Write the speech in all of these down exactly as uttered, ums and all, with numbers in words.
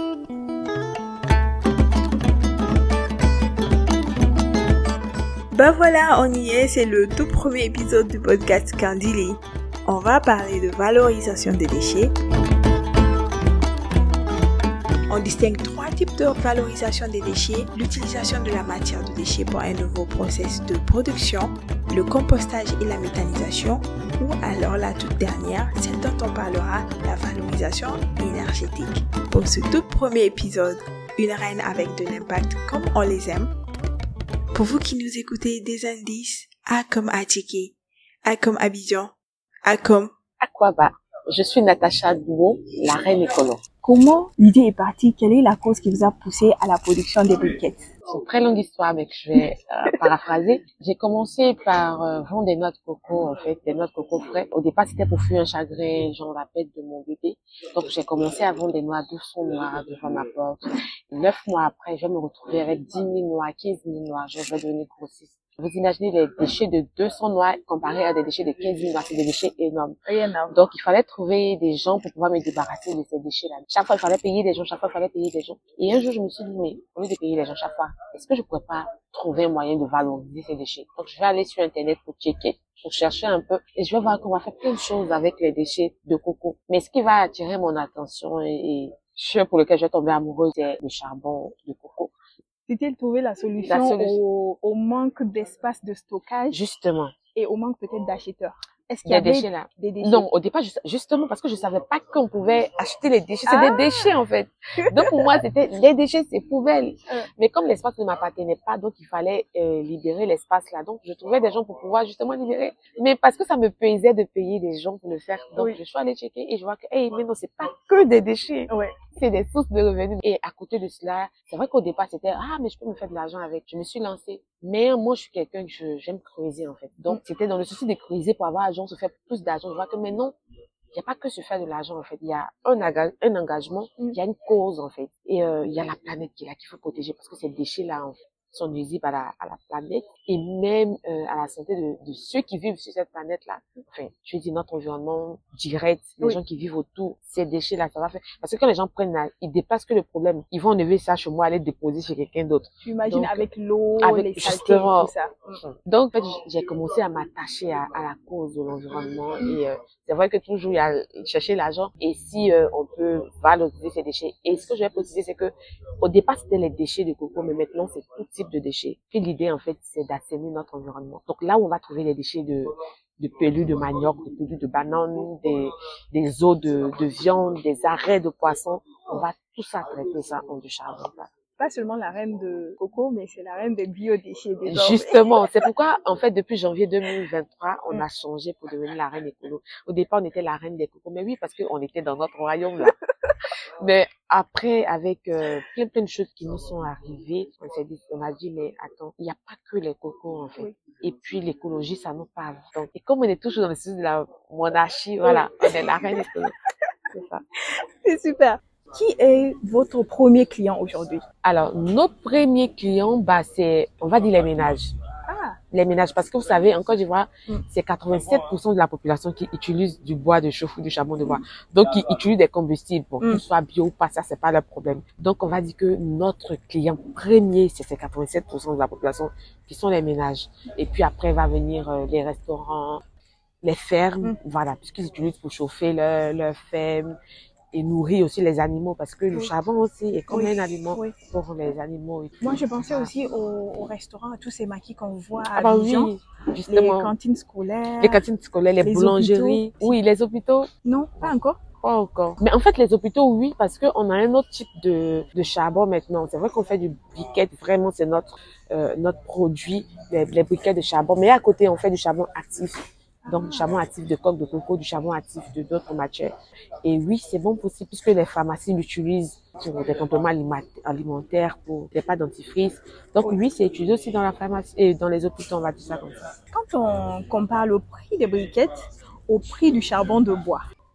Ben voilà, on y est, c'est le tout premier épisode du podcast Candili. On va parler de valorisation des déchets. On distingue trois types de valorisation des déchets: l'utilisation de la matière de déchets pour un nouveau processus de production, le compostage et la méthanisation, ou alors la toute dernière, celle dont on parlera, la valorisation énergétique. Pour ce tout premier épisode, une reine avec de l'impact comme on les aime. Pour vous qui nous écoutez, des indices: A comme Attiqué, A comme Abidjan, A comme Aquaba. Je suis Natacha Douo, la reine écolo. Comment l'idée est partie? Quelle est la cause qui vous a poussé à la production des briquettes? C'est une très longue histoire, mais que je vais euh, paraphraser. J'ai commencé par euh, vendre des noix de coco, en fait, des noix de coco frais. Au départ, c'était pour fuir un chagrin, genre la pète de mon bébé. Donc, j'ai commencé à vendre des noix, deux cents noix devant ma porte. Neuf mois après, je vais me retrouver avec dix mille noix, quinze mille noix. Je vais devenir grossiste. Vous imaginez les déchets de deux cents noix comparés à des déchets de quinze mille noix, c'est des déchets énormes. Énorme. Donc, il fallait trouver des gens pour pouvoir me débarrasser de ces déchets-là. Chaque fois, il fallait payer des gens, chaque fois, il fallait payer des gens. Et un jour, je me suis dit, mais au lieu de payer les gens chaque fois, est-ce que je pourrais pas trouver un moyen de valoriser ces déchets? Donc, je vais aller sur Internet pour checker, pour chercher un peu, et je vais voir qu'on va faire plein de choses avec les déchets de coco. Mais ce qui va attirer mon attention et, et ce pour lequel je vais tomber amoureuse, c'est le charbon de coco. C'était de trouver la solution, La solution. Au, au manque d'espace de stockage. Justement. Et au manque peut-être d'acheteurs. Est-ce qu'il y Des avait déchets là. des déchets? Non, au départ, je- justement, parce que je savais pas qu'on pouvait acheter les déchets. C'est Ah. des déchets, en fait. Donc, pour moi, c'était, les déchets, c'est poubelle. Euh. Mais comme l'espace ne m'appartenait pas, donc il fallait euh, libérer l'espace là. Donc, je trouvais des gens pour pouvoir justement libérer. Mais parce que ça me pesait de payer des gens pour le faire. Donc, Oui. je suis allée checker et je vois que, hey, mais non, c'est pas que des déchets. Ouais. C'est des sources de revenus. Et à côté de cela, c'est vrai qu'au départ, c'était, ah, mais je peux me faire de l'argent avec. Je me suis lancée. Mais moi, je suis quelqu'un que je- j'aime creuser, en fait. Donc, c'était dans le souci de creuser pour avoir l'argent, se faire plus d'argent. Je vois que maintenant, il n'y a pas que se faire de l'argent, en fait. Il y a un, aga- un engagement, il y a une cause, en fait. Et euh, il y a la planète qui est là, qu'il faut protéger parce que ces déchets-là, en fait, sont nuisibles à la, à la planète et même euh, à la santé de, de ceux qui vivent sur cette planète-là. Enfin, je dis notre environnement direct, les Oui. gens qui vivent autour, ces déchets-là, ça va faire... Parce que quand les gens prennent, la... ils déplacent que le problème, ils vont enlever ça chez moi, aller le déposer chez quelqu'un d'autre. Tu imagines Donc, avec l'eau, avec- les saletés justement. et tout ça. Donc, en fait, j'ai commencé à m'attacher à, à la cause de l'environnement et euh, c'est vrai que toujours il y a chercher l'argent et si euh, on peut valoriser ces déchets. Et ce que je vais préciser, c'est que au départ, c'était les déchets de coco, mais maintenant, c'est tout type de déchets. Puis l'idée, en fait, c'est d'assainir notre environnement. Donc là où on va trouver les déchets de de pelus de manioc, de pelus de banane, des, des os de, de viande, des arrêts de poisson, on va tout ça traiter ça en du charbon. Pas seulement la reine de coco, mais c'est la reine des biodéchets désormais. Justement, c'est pourquoi, en fait, depuis janvier deux mille vingt-trois, on a changé pour devenir la reine écolo. Au départ, on était la reine des cocos, mais oui, parce qu'on était dans notre royaume, là. Mais après, avec euh, plein, plein de choses qui nous sont arrivées, on s'est dit, on a dit, mais attends, il n'y a pas que les cocos, en fait. Oui. Et puis, l'écologie, ça nous parle. Donc, et comme on est toujours dans le sens de la monarchie, voilà, on est la reine écolo. C'est ça. C'est super. Qui est votre premier client aujourd'hui? Alors, nos premiers clients, bah, c'est, on va dire les ménages. Ah. Les ménages, parce que vous savez, en Côte d'Ivoire, Mm. c'est quatre-vingt-sept pour cent de la population qui utilise du bois de chauffe ou du charbon de bois. Donc, qui utilisent des combustibles. Bon, Mm. qu'ils soient bio ou pas, ça, c'est pas leur problème. Donc, on va dire que notre client premier, c'est ces quatre-vingt-sept pour cent de la population qui sont les ménages. Et puis après, va venir euh, les restaurants, les fermes, Mm. voilà, puisqu'ils utilisent pour chauffer leur, leur ferme et nourrir aussi les animaux, parce que le Oui. charbon aussi est comme Oui. un aliment Oui. pour les animaux. Et tout. Moi, je pensais Voilà. aussi aux, aux restaurants, à tous ces maquis qu'on voit à Ah bah Abidjan. oui, Les justement. cantines scolaires. Les cantines scolaires, les, les boulangeries. hôpitaux. Oui, les hôpitaux, Non, pas encore. pas encore. Mais en fait, les hôpitaux, oui, parce qu'on a un autre type de, de charbon maintenant. C'est vrai qu'on fait du briquet, vraiment, c'est notre, euh, notre produit, les, les briquets de charbon. Mais à côté, on fait du charbon actif. Donc, du charbon actif de coque de coco, du charbon actif de d'autres matières. Et oui, c'est bon possible puisque les pharmacies l'utilisent pour des compléments alima- alimentaires, pour des pâtes dentifrice. Donc oui, c'est utilisé aussi dans la pharmacie et dans les hôpitaux, on va dire ça comme ça. Quand on compare le prix des briquettes au prix du charbon de bois,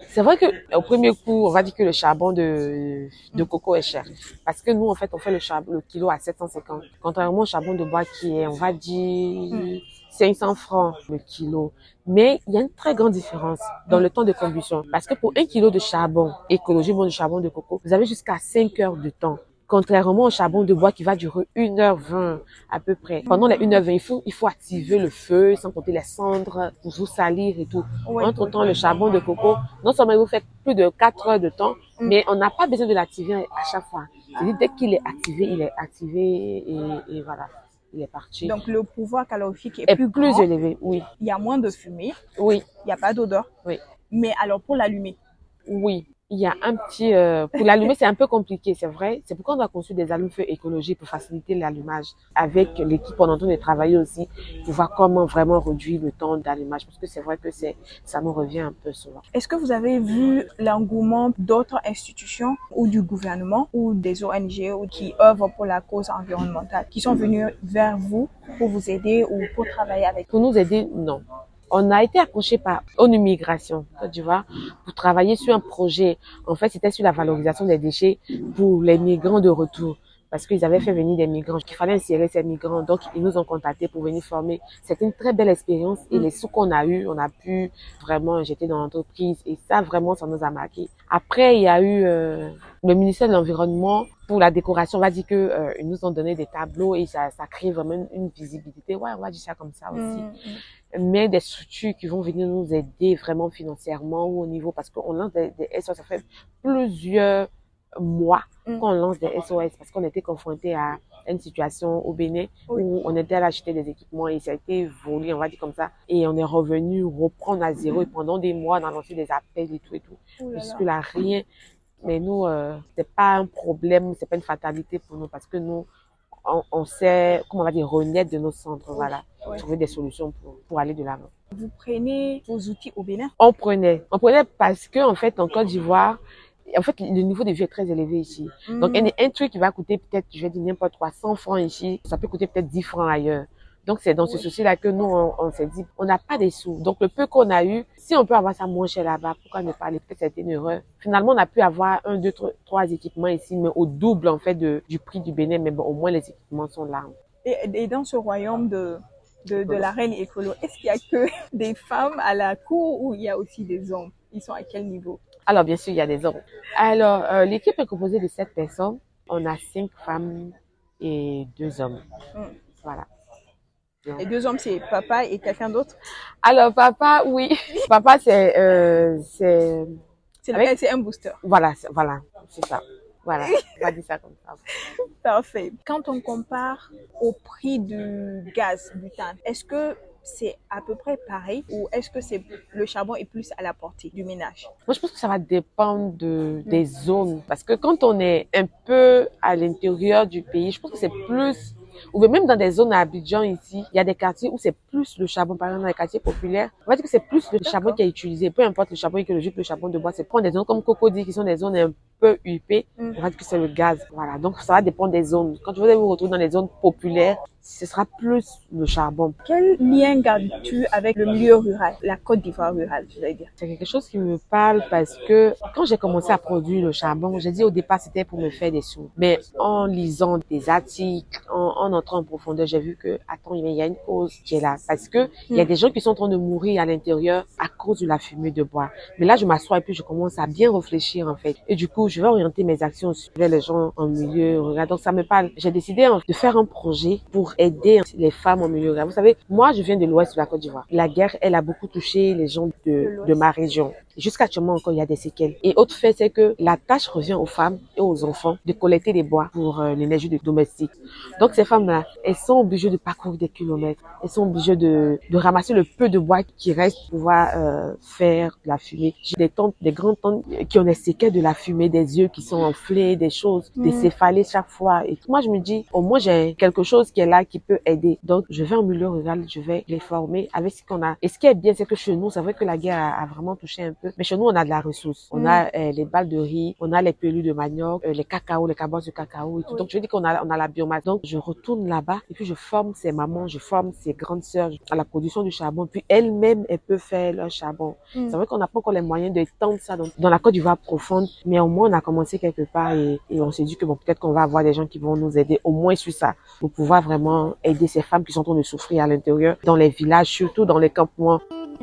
C'est vrai que au premier coup, on va dire que le charbon de, de coco est cher. Parce que nous, en fait, on fait le charbon, le kilo à sept cent cinquante. Contrairement au charbon de bois qui est, on va dire, cinq cents francs le kilo. Mais il y a une très grande différence dans le temps de combustion. Parce que pour un kilo de charbon écologique, bon, de charbon de coco, vous avez jusqu'à cinq heures de temps. Contrairement au charbon de bois qui va durer une heure vingt à peu près. Pendant les une heure vingt, il faut, il faut activer le feu, sans compter les cendres, pour vous salir et tout. Oui, Entre temps, oui. le charbon de coco, non seulement il vous fait plus de quatre heures de temps, mm. mais on n'a pas besoin de l'activer à chaque fois. C'est-à-dire, dès qu'il est activé, il est activé et, et voilà. Il est parti. Donc, le pouvoir calorifique est, est plus, plus grand. élevé, oui. Il y a moins de fumée. Oui. Il n'y a pas d'odeur. Oui. Mais alors, pour l'allumer? Oui. Il y a un petit... Euh, pour l'allumer, c'est un peu compliqué, c'est vrai. C'est pourquoi on a conçu des allumes-feu écologiques pour faciliter l'allumage. Avec l'équipe, on est en train de travailler aussi pour voir comment vraiment réduire le temps d'allumage. Parce que c'est vrai que c'est, ça nous revient un peu souvent. Est-ce que vous avez vu l'engouement d'autres institutions ou du gouvernement ou des O N G ou qui œuvrent pour la cause environnementale, qui sont venus vers vous pour vous aider ou pour travailler avec vous? Pour nous aider, non. On a été approché par ONU Migration, tu vois, pour travailler sur un projet. En fait, c'était sur la valorisation des déchets pour les migrants de retour. Parce qu'ils avaient fait venir des migrants, qu'il fallait insérer ces migrants. Donc, ils nous ont contactés pour venir former. C'était une très belle expérience. Et les sous qu'on a eu, on a pu vraiment jeter dans l'entreprise. Et ça, vraiment, ça nous a marqué. Après, il y a eu euh, le ministère de l'Environnement. Pour la décoration, on va dire que euh, ils nous ont donné des tableaux et ça, ça crée vraiment une, une visibilité. Ouais, on va dire ça comme ça aussi. Mmh. Mais des structures qui vont venir nous aider vraiment financièrement ou au niveau, parce qu'on lance des, des S O S, ça fait plusieurs mois mmh. qu'on lance des S O S parce qu'on était confrontés à une situation au Bénin oui. où on était allé acheter des équipements et ça a été volé, on va dire comme ça. Et on est revenu reprendre à zéro et pendant des mois, on a lancé des appels et tout et tout. Jusque-là, rien. Mais nous, euh, c'est pas un problème, c'est pas une fatalité pour nous parce que nous, on, on sait, comment on va dire, renaître de nos centres, oui. voilà, oui. trouver des solutions pour, pour aller de l'avant. Vous prenez vos outils au Bénin? On prenait. On prenait parce que, en fait, en Côte d'Ivoire, en fait, le niveau de vie est très élevé ici. Mmh. Donc, un, un truc qui va coûter peut-être, je vais dire n'importe quoi, cent francs ici, ça peut coûter peut-être dix francs ailleurs. Donc, c'est dans oui. ce souci-là que nous, on, on s'est dit, on n'a pas des sous. Donc, le peu qu'on a eu, si on peut avoir ça moins cher là-bas, pourquoi ne pas aller? Peut-être c'était une erreur. Finalement, on a pu avoir un, deux, trois équipements ici, mais au double, en fait, de, du prix du Bénin. Mais bon, au moins, les équipements sont là. Et, et dans ce royaume de, de, de la reine écolo, est-ce qu'il y a que des femmes à la cour ou il y a aussi des hommes? Ils sont à quel niveau? Alors, bien sûr, il y a des hommes. Alors, euh, l'équipe est composée de sept personnes. On a cinq femmes et deux hommes. Mm. Voilà. Et deux hommes, c'est papa et quelqu'un d'autre? Alors, papa, oui. Papa, c'est... Euh, c'est c'est avec... un booster. Voilà, c'est, voilà, c'est ça. Voilà, on va dire ça comme ça. Parfait. Quand on compare au prix du gaz butane, est-ce que c'est à peu près pareil ou est-ce que c'est le charbon est plus à la portée du ménage? Moi, je pense que ça va dépendre de, des zones. Parce que quand on est un peu à l'intérieur du pays, je pense que c'est plus... Ou même dans des zones à Abidjan ici, il y a des quartiers où c'est plus le charbon, par exemple dans les quartiers populaires. On va dire que c'est plus le charbon qui est utilisé. Peu importe le charbon écologique, le charbon de bois, c'est prendre des zones comme Cocody qui sont des zones un peu huppées. Mm. On va dire que c'est le gaz. Voilà. Donc ça va dépendre des zones. Quand vous allez vous retrouver dans les zones populaires, ce sera plus le charbon. Quel lien gardes-tu avec le milieu rural, la Côte d'Ivoire rurale, je vais dire? C'est quelque chose qui me parle parce que quand j'ai commencé à produire le charbon, j'ai dit au départ c'était pour me faire des sous. Mais en lisant des articles, en, en entrant en profondeur, j'ai vu que, attends, il y a une cause qui est là. Parce que il y a des gens qui sont en train de mourir à l'intérieur à cause de la fumée de bois. Mais là, je m'assois et puis je commence à bien réfléchir en fait. Et du coup, je vais orienter mes actions vers les gens en milieu rural. Donc ça me parle. J'ai décidé de faire un projet pour aider les femmes en milieu rural. Vous savez, moi, je viens de l'ouest de la Côte d'Ivoire. La guerre, elle a beaucoup touché les gens de, de ma région. Jusqu'à actuellement encore, il y a des séquelles. Et autre fait, c'est que la tâche revient aux femmes et aux enfants de collecter les bois pour euh, l'énergie domestique. Donc ces femmes-là, elles sont obligées de parcourir des kilomètres. Elles sont obligées de, de ramasser le peu de bois qui reste pour pouvoir euh, faire de la fumée. J'ai des tantes, des grandes tantes qui ont des séquelles de la fumée, des yeux qui sont enflés, des choses, mmh. des céphalées chaque fois. Et moi, je me dis, au moins, j'ai quelque chose qui est là qui peut aider. Donc, je vais en milieu rural, je vais les former avec ce qu'on a. Et ce qui est bien, c'est que chez nous, c'est vrai que la guerre a, a vraiment touché un peu peu. Mais chez nous, on a de la ressource. On Mm. a euh, les balles de riz, on a les pelus de manioc, euh, les cacao, les cabosses de cacao et tout. Oui. Donc, je dis qu'on a, on a la biomasse. Donc, je retourne là-bas et puis je forme ses mamans, je forme ses grandes sœurs à la production du charbon. Puis elles-mêmes, elles peuvent faire leur charbon. Mm. C'est vrai qu'on n'a pas encore les moyens d'étendre ça dans, dans la Côte d'Ivoire profonde, mais au moins, on a commencé quelque part et, et on s'est dit que bon, peut-être qu'on va avoir des gens qui vont nous aider au moins sur ça pour pouvoir vraiment aider ces femmes qui sont en train de souffrir à l'intérieur, dans les villages, surtout dans les campements.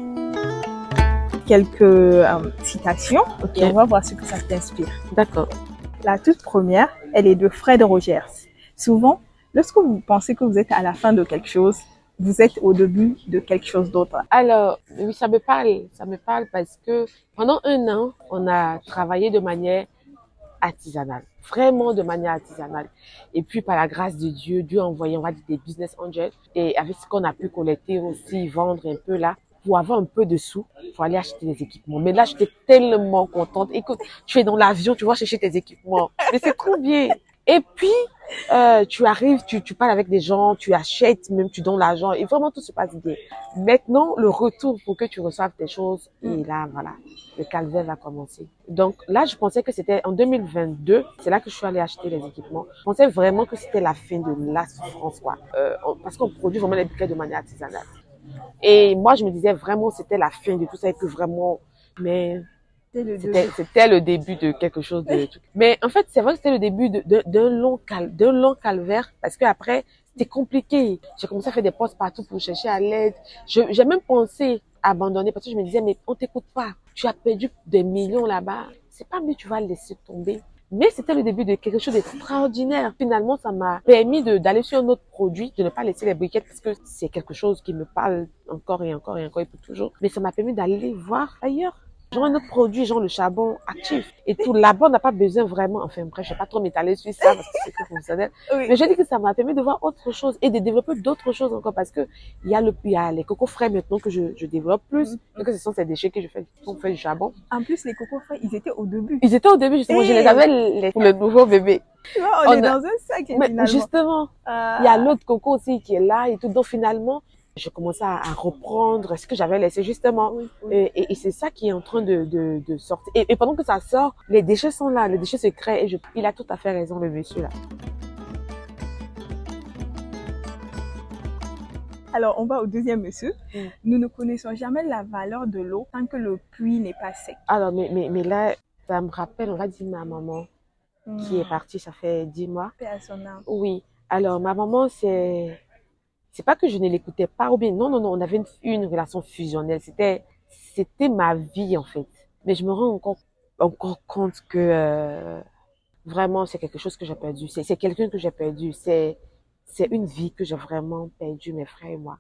Quelques euh, citations. Ok. Et on va voir ce que ça t'inspire. D'accord. La toute première, elle est de Fred Rogers. Souvent, lorsque vous pensez que vous êtes à la fin de quelque chose, vous êtes au début de quelque chose d'autre. Alors, oui, ça me parle. Ça me parle parce que pendant un an, on a travaillé de manière artisanale. Vraiment de manière artisanale. Et puis, par la grâce de Dieu, Dieu a envoyé, on va dire, des business angels. Et avec ce qu'on a pu collecter aussi, vendre un peu là, pour avoir un peu de sous, pour aller acheter des équipements. Mais là, j'étais tellement contente. Écoute, tu es dans l'avion, tu vas chercher tes équipements. Mais c'est trop bien. Et puis, euh, tu arrives, tu, tu parles avec des gens, tu achètes, même tu donnes l'argent, et vraiment tout se passe bien. Maintenant, le retour pour que tu reçoives tes choses, et là, voilà, le calvaire va commencer. Donc là, je pensais que c'était en deux mille vingt-deux, c'est là que je suis allée acheter les équipements. Je pensais vraiment que c'était la fin de la souffrance, quoi. Euh, on- parce qu'on produit vraiment les bouquets de manière artisanale. Et moi, je me disais vraiment c'était la fin de tout ça et que vraiment, mais C'est le c'était, début. c'était le début de quelque chose de, mais en fait, c'est vrai que c'était le début de, de- d'un long cal, d'un long calvaire parce que après, c'était compliqué. J'ai commencé à faire des postes partout pour chercher à l'aide. Je, j'ai même pensé à abandonner parce que je me disais, mais on t'écoute pas. Tu as perdu des millions là-bas. C'est pas mieux, tu vas laisser tomber. Mais c'était le début de quelque chose d'extraordinaire. Finalement, ça m'a permis de, d'aller sur un autre produit, de ne pas laisser les briquettes parce que c'est quelque chose qui me parle encore et encore et encore et pour toujours. Mais ça m'a permis d'aller voir ailleurs. Genre un autre produit, genre le charbon actif. Et tout là-bas, on n'a pas besoin vraiment, enfin bref, je vais pas trop m'étaler sur ça parce que c'est très fonctionnel. Oui. Mais j'ai dit que ça m'a permis de voir autre chose et de développer d'autres choses encore parce que il y a le, il y a les cocos frais maintenant que je, je développe plus. Donc ce sont ces déchets que je fais, qu'on fait du charbon. En plus, les cocos frais, ils étaient au début. Ils étaient au début, justement, je les avais les, pour le nouveau bébé. Tu vois, on, On est a- dans un sac Mais finalement. justement, Ah. il y a l'autre coco aussi qui est là et tout. Donc finalement, je commençais à, à reprendre ce que j'avais laissé justement. Oui, oui. Et, et, et c'est ça qui est en train de, de, de sortir. Et, et pendant que ça sort, les déchets sont là, les déchets se créent. Et je, il a tout à fait raison, le monsieur là. Alors, on va au deuxième monsieur. Mm. Nous ne connaissons jamais la valeur de l'eau tant que le puits n'est pas sec. Alors, mais, mais, mais là, ça me rappelle, on va dire ma maman qui est Mm. partie, ça fait dix mois. Paix à son âme. Oui. Alors, ma maman, c'est, c'est pas que je ne l'écoutais pas ou bien, non, non, non, on avait une, une relation fusionnelle. C'était, c'était ma vie, en fait. Mais je me rends encore, encore compte que, euh, vraiment, c'est quelque chose que j'ai perdu. C'est, c'est quelqu'un que j'ai perdu. C'est, c'est une vie que j'ai vraiment perdu, mes frères et moi.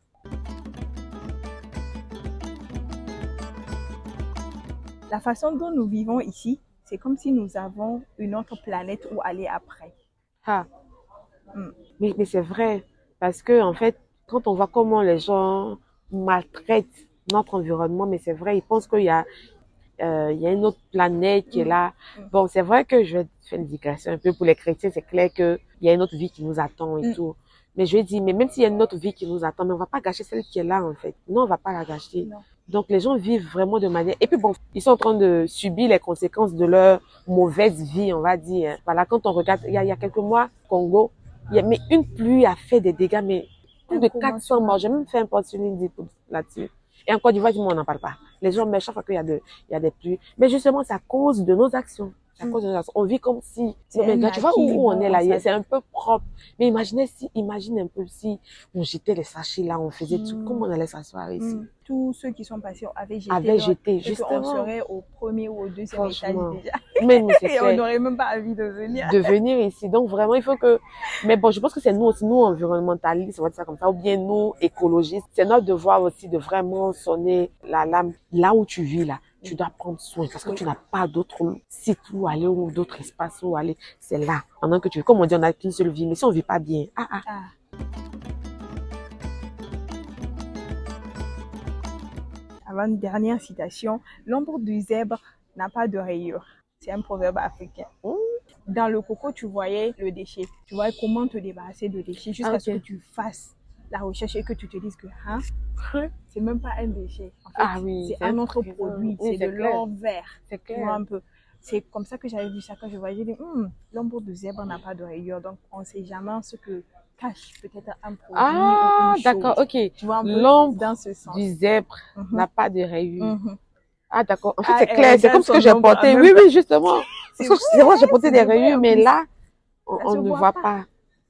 La façon dont nous vivons ici, c'est comme si nous avons une autre planète où aller après. Ah. Mm. Mais, mais c'est vrai. Parce que, en fait, quand on voit comment les gens maltraitent notre environnement, mais c'est vrai, ils pensent qu'il y a, euh, il y a une autre planète qui est là. Mm. Bon, c'est vrai que je vais faire une digression un peu pour les chrétiens. C'est clair qu'il y a une autre vie qui nous attend et Mm. tout. Mais je vais dire, mais même s'il y a une autre vie qui nous attend, mais on va pas gâcher celle qui est là, en fait. Non, on va pas la gâcher. Non. Donc, les gens vivent vraiment de manière... Et puis bon, ils sont en train de subir les conséquences de leur mauvaise vie, on va dire. Voilà, quand on regarde, il y a, il y a quelques mois, Congo, il y a, mais une pluie a fait des dégâts, mais plus de quatre cents morts. J'ai même fait un post sur LinkedIn là-dessus. Et en Côte d'Ivoire, on n'en parle pas. Les gens meurent chaque fois qu'il y a de, il y a des pluies. Mais justement, c'est à cause de nos actions. C'est à Mm. cause de nos actions. On vit comme si, C'est mais un gars, tu vois où, acquis, où on bon, est là, ça- c'est un peu propre. Mais imaginez si, imagine un peu si on jetait les sachets là, on faisait tout, Mm. comment on allait s'asseoir ici? Mm. Tous ceux qui sont passés avaient jeté. Avaient leur- jeté, et qu'on justement. serait au premier ou au deuxième étage Franchement. déjà. Mais nous, c'est Et on clair. n'aurait même pas envie de venir. De venir ici. Donc vraiment, il faut que, mais bon, je pense que c'est nous aussi, nous environnementalistes, on va dire ça comme ça, ou bien nous écologistes. C'est notre devoir aussi de vraiment sonner la lame là où tu vis là. Tu dois prendre soin parce que tu n'as pas d'autre site où aller ou d'autres espaces où aller. C'est là. Pendant que tu, comme on dit, on n'a qu'une seule vie. Mais si on vit pas bien, ah, ah. Ah. Avant une dernière citation, l'ombre du zèbre n'a pas de rayures. C'est un proverbe africain. Mmh. Dans le coco, tu voyais le déchet. Tu voyais comment te débarrasser de déchets jusqu'à Ah, ce ok. que tu fasses la recherche et que tu te dises que hein, c'est même pas un déchet. En fait, Ah oui, c'est c'est un un autre trésor. produit, Oui, c'est c'est de clair. l'or vert. C'est Tu vois clair. un peu. C'est comme ça que j'avais vu ça quand je voyais. J'ai dit, hum, l'ombre de zèbre n'a pas de rayures. Donc, on ne sait jamais ce que cache peut-être un produit Ah, ou une d'accord, chose. ok. Tu vois un peu L'ombre dans ce sens. du zèbre Mhm. n'a pas de rayures. Mhm. Ah, d'accord. En fait, Ah, c'est elle clair. C'est regarde comme ce que son j'ai ombre porté. en Oui, même oui, justement. C'est Parce que c'est vrai, j'ai porté c'est des vrai, rayures, en mais plus. là, on, Ça on se ne voit voit pas. pas.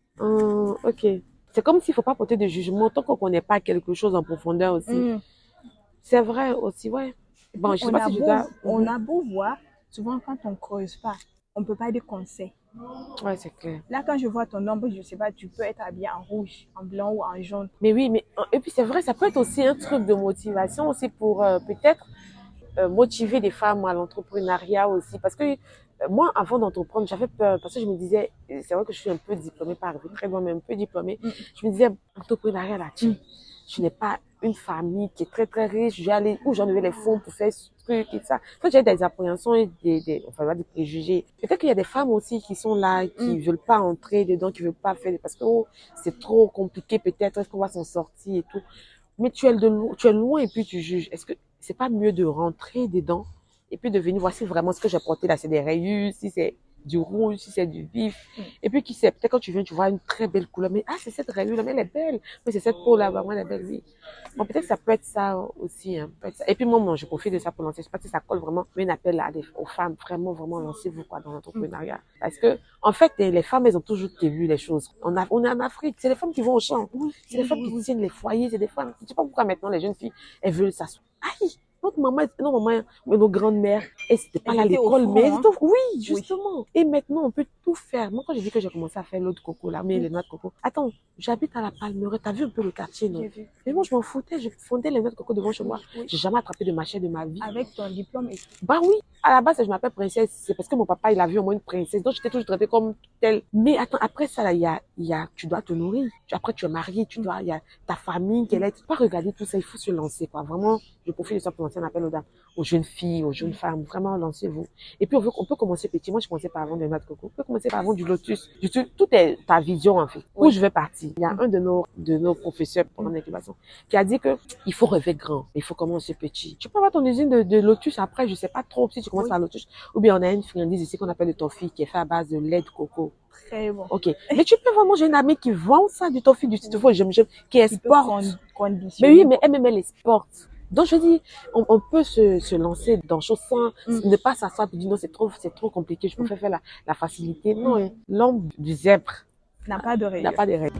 Hum, ok. C'est comme s'il ne faut pas porter de jugement tant qu'on ne connaît pas quelque chose en profondeur aussi. Hum. C'est vrai aussi, ouais. Bon, je sais On pas a si je beau, dois. on Mhm. a beau voir, souvent quand on ne creuse pas, on ne peut pas dire qu'on sait. Ouais, c'est clair. Là, quand je vois ton ombre, je ne sais pas, tu peux être habillé en rouge, en blanc ou en jaune. Mais oui, mais et puis c'est vrai, ça peut être aussi un truc de motivation aussi pour euh, peut-être euh, motiver des femmes à l'entrepreneuriat aussi. Parce que euh, moi, avant d'entreprendre, j'avais peur parce que je me disais, c'est vrai que je suis un peu diplômée, pas arrivée très loin, mais un peu diplômée. Mm. Je me disais, entrepreneuriat là, tu, je n'ai pas une famille qui est très très riche, je vais aller où j'en avais les fonds pour faire ce truc et ça. Quand j'ai des appréhensions et des, des, enfin, des préjugés. Peut-être qu'il y a des femmes aussi qui sont là, qui Mm. veulent pas entrer dedans, qui veulent pas faire, parce que oh, c'est trop compliqué peut-être, est-ce qu'on va s'en sortir et tout. Mais tu es, de lo- tu es loin et puis tu juges. Est-ce que c'est pas mieux de rentrer dedans et puis de venir, voici vraiment ce que j'ai porté là, c'est des rayures, si c'est du rouge, si c'est du vif. Mm. Et puis qui sait, peut-être quand tu viens, tu vois une très belle couleur, mais ah, c'est cette rayure là, mais elle est belle. Mais c'est cette peau là, vraiment elle est belle, oui. Bon, peut-être que ça peut être ça aussi, hein, peut être ça. Et puis moi, moi, je profite de ça pour lancer, je sais pas si ça colle vraiment, mais un appel à des, aux femmes, vraiment, vraiment, lancez-vous quoi dans l'entrepreneuriat. Parce que, en fait, les femmes, elles ont toujours vu les choses. On, a, on est en Afrique, c'est les femmes qui vont au champ, c'est les femmes qui tiennent les foyers, c'est des femmes, je sais pas pourquoi maintenant les jeunes filles, elles veulent s'asseoir. Aïe! Notre maman, non, maman, mais nos grandes-mères, elles n'étaient pas Elles là à étaient au l'école, front, mais elles hein. étaient au- oui, justement. Et maintenant, on peut tout faire. Moi, quand j'ai dit que j'ai commencé à faire l'eau de coco, là, mais les noix de coco. Attends, j'habite à la Palmeraie, t'as vu un peu le quartier, non? J'ai vu. Mais moi, je m'en foutais, je fondais les noix de coco devant chez moi. Oui. J'ai jamais attrapé de machette de ma vie. Avec ton diplôme et tout. Bah oui, à la base, je m'appelle princesse. C'est parce que mon papa, il a vu au moins une princesse. Donc, j'étais toujours traitée comme telle. Mais attends, après ça, là, il y a, il y a, tu dois te nourrir. Tu- Après, tu es marié, tu dois, il y a ta famille, quelle est. Tu peux pas regarder tout ça, il faut se lancer, quoi. Vraiment, je profite de ça pour lancer un appel aux dames, aux jeunes filles, aux jeunes femmes. Vraiment, lancez-vous. Et puis, on veut, on peut commencer petit. Moi, je commençais par avant des noix de coco. On peut commencer par avant du lotus. Du tout, tout est ta vision, en fait. Où Oui. je vais partir. Il y a un de nos, de nos professeurs pendant l'incubation qui a dit que il faut rêver grand. Il faut commencer petit. Tu peux avoir ton usine de, de lotus après, je sais pas trop si tu commences Oui. par lotus. Ou bien on a une friandise ici qu'on appelle le toffee qui est fait à base de lait de coco. Très bon. Ok. Mais tu peux vraiment, j'ai une amie qui vend ça, du toffee, du tofu, j'aime, j'aime, qui Qui peut exporte. con- Mais conditionner. oui, mais elle même elle exporte. Donc je dis, on, on peut se, se lancer dans chose sans Mm. ne pas s'asseoir et dire non, c'est trop, c'est trop compliqué, je préfère faire la, la facilité. Non, hein. L'ombre du zèbre N'a pas de n'a rayures. pas de règles.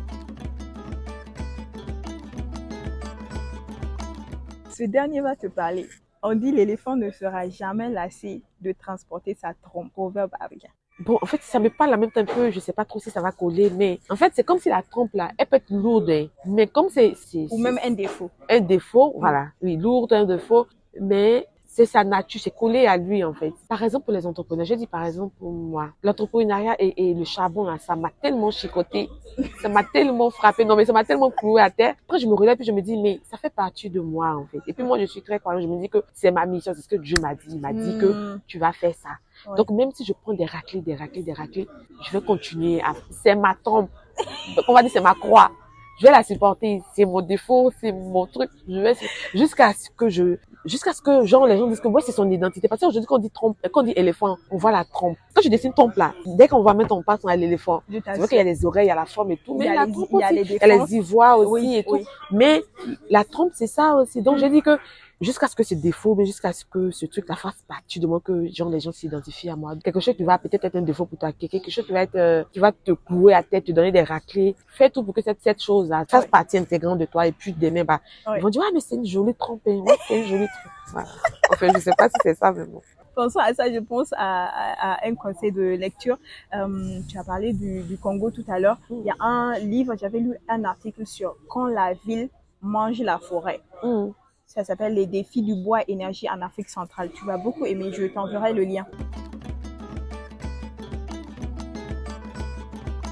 Ce dernier va te parler. On dit l'éléphant ne sera jamais lassé de transporter sa trompe. Proverbe africain. Bon, en fait, ça me parle en même temps un peu, je sais pas trop si ça va coller, mais en fait, c'est comme si la trompe là, elle peut être lourde, hein. Mais comme c'est, c'est, Ou c'est même un défaut. un défaut, voilà, oui, lourde, un défaut, mais c'est sa nature, c'est collé à lui, en fait. Par exemple, pour les entrepreneurs, j'ai dit par exemple pour moi, l'entrepreneuriat et, et le charbon là, ça m'a tellement chicoté, ça m'a tellement frappé, non mais ça m'a tellement cloué à terre. Après, je me relève et je me dis, mais ça fait partie de moi, en fait. Et puis moi, je suis très croyante, je me dis que c'est ma mission, c'est ce que Dieu m'a dit, il m'a dit que Mm. tu vas faire ça. Ouais. Donc, même si je prends des raclés, des raclés, des raclés, je vais continuer à, c'est ma tombe. On va dire, c'est ma croix. Je vais la supporter. C'est mon défaut, c'est mon truc. Je vais, jusqu'à ce que je, jusqu'à ce que, genre, les gens disent que, ouais, c'est son identité. Parce que aujourd'hui, quand on dit trompe, quand on dit éléphant, on voit la trompe. Quand je dessine trompe là, dès qu'on va mettre, on passe à l'éléphant. Je C'est vrai t'assure. qu'il y a les oreilles, il y a la forme et tout, Il mais y a la les- trompe il y a aussi. les Il y a les défenses. ivoires aussi Oui, et tout. oui. Mais la trompe, c'est ça aussi. Donc, je dis que, jusqu'à ce que ce défaut, mais jusqu'à ce que ce truc la fasse partie de moi, que genre les gens s'identifient à moi. Quelque chose qui va peut-être être un défaut pour toi, quelque chose qui va être, euh, qui va te clouer à tête, te donner des raclés. Fais tout pour que cette, cette chose-là fasse Ouais. partie intégrante de toi et puis demain, bah, Ouais. ils vont dire, ah, mais c'est une jolie trompe, hein. Ouais, c'est une jolie trompe. Voilà. Enfin, je sais pas si c'est ça, mais bon. Pensons à ça, je pense à, à, à un conseil de lecture. Euh, tu as parlé du, du Congo tout à l'heure. Il y a un livre, j'avais lu un article sur quand la ville mange la forêt. Mm. Ça s'appelle Les défis du bois énergie en Afrique centrale. Tu vas beaucoup aimer, je t'enverrai le lien.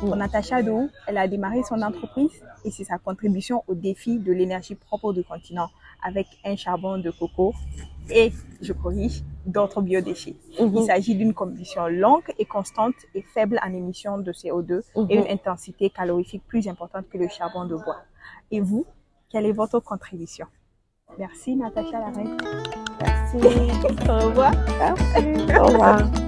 Pour Natacha Dou, elle a démarré son entreprise et c'est sa contribution au défi de l'énergie propre du continent avec un charbon de coco et, je corrige, d'autres biodéchets. Mm-hmm. Il s'agit d'une combustion longue et constante et faible en émissions de C O deux mm-hmm. et une intensité calorifique plus importante que le charbon de bois. Et vous, quelle est votre contribution? Merci Natacha Larrey. Merci. Au revoir. Merci. Au revoir.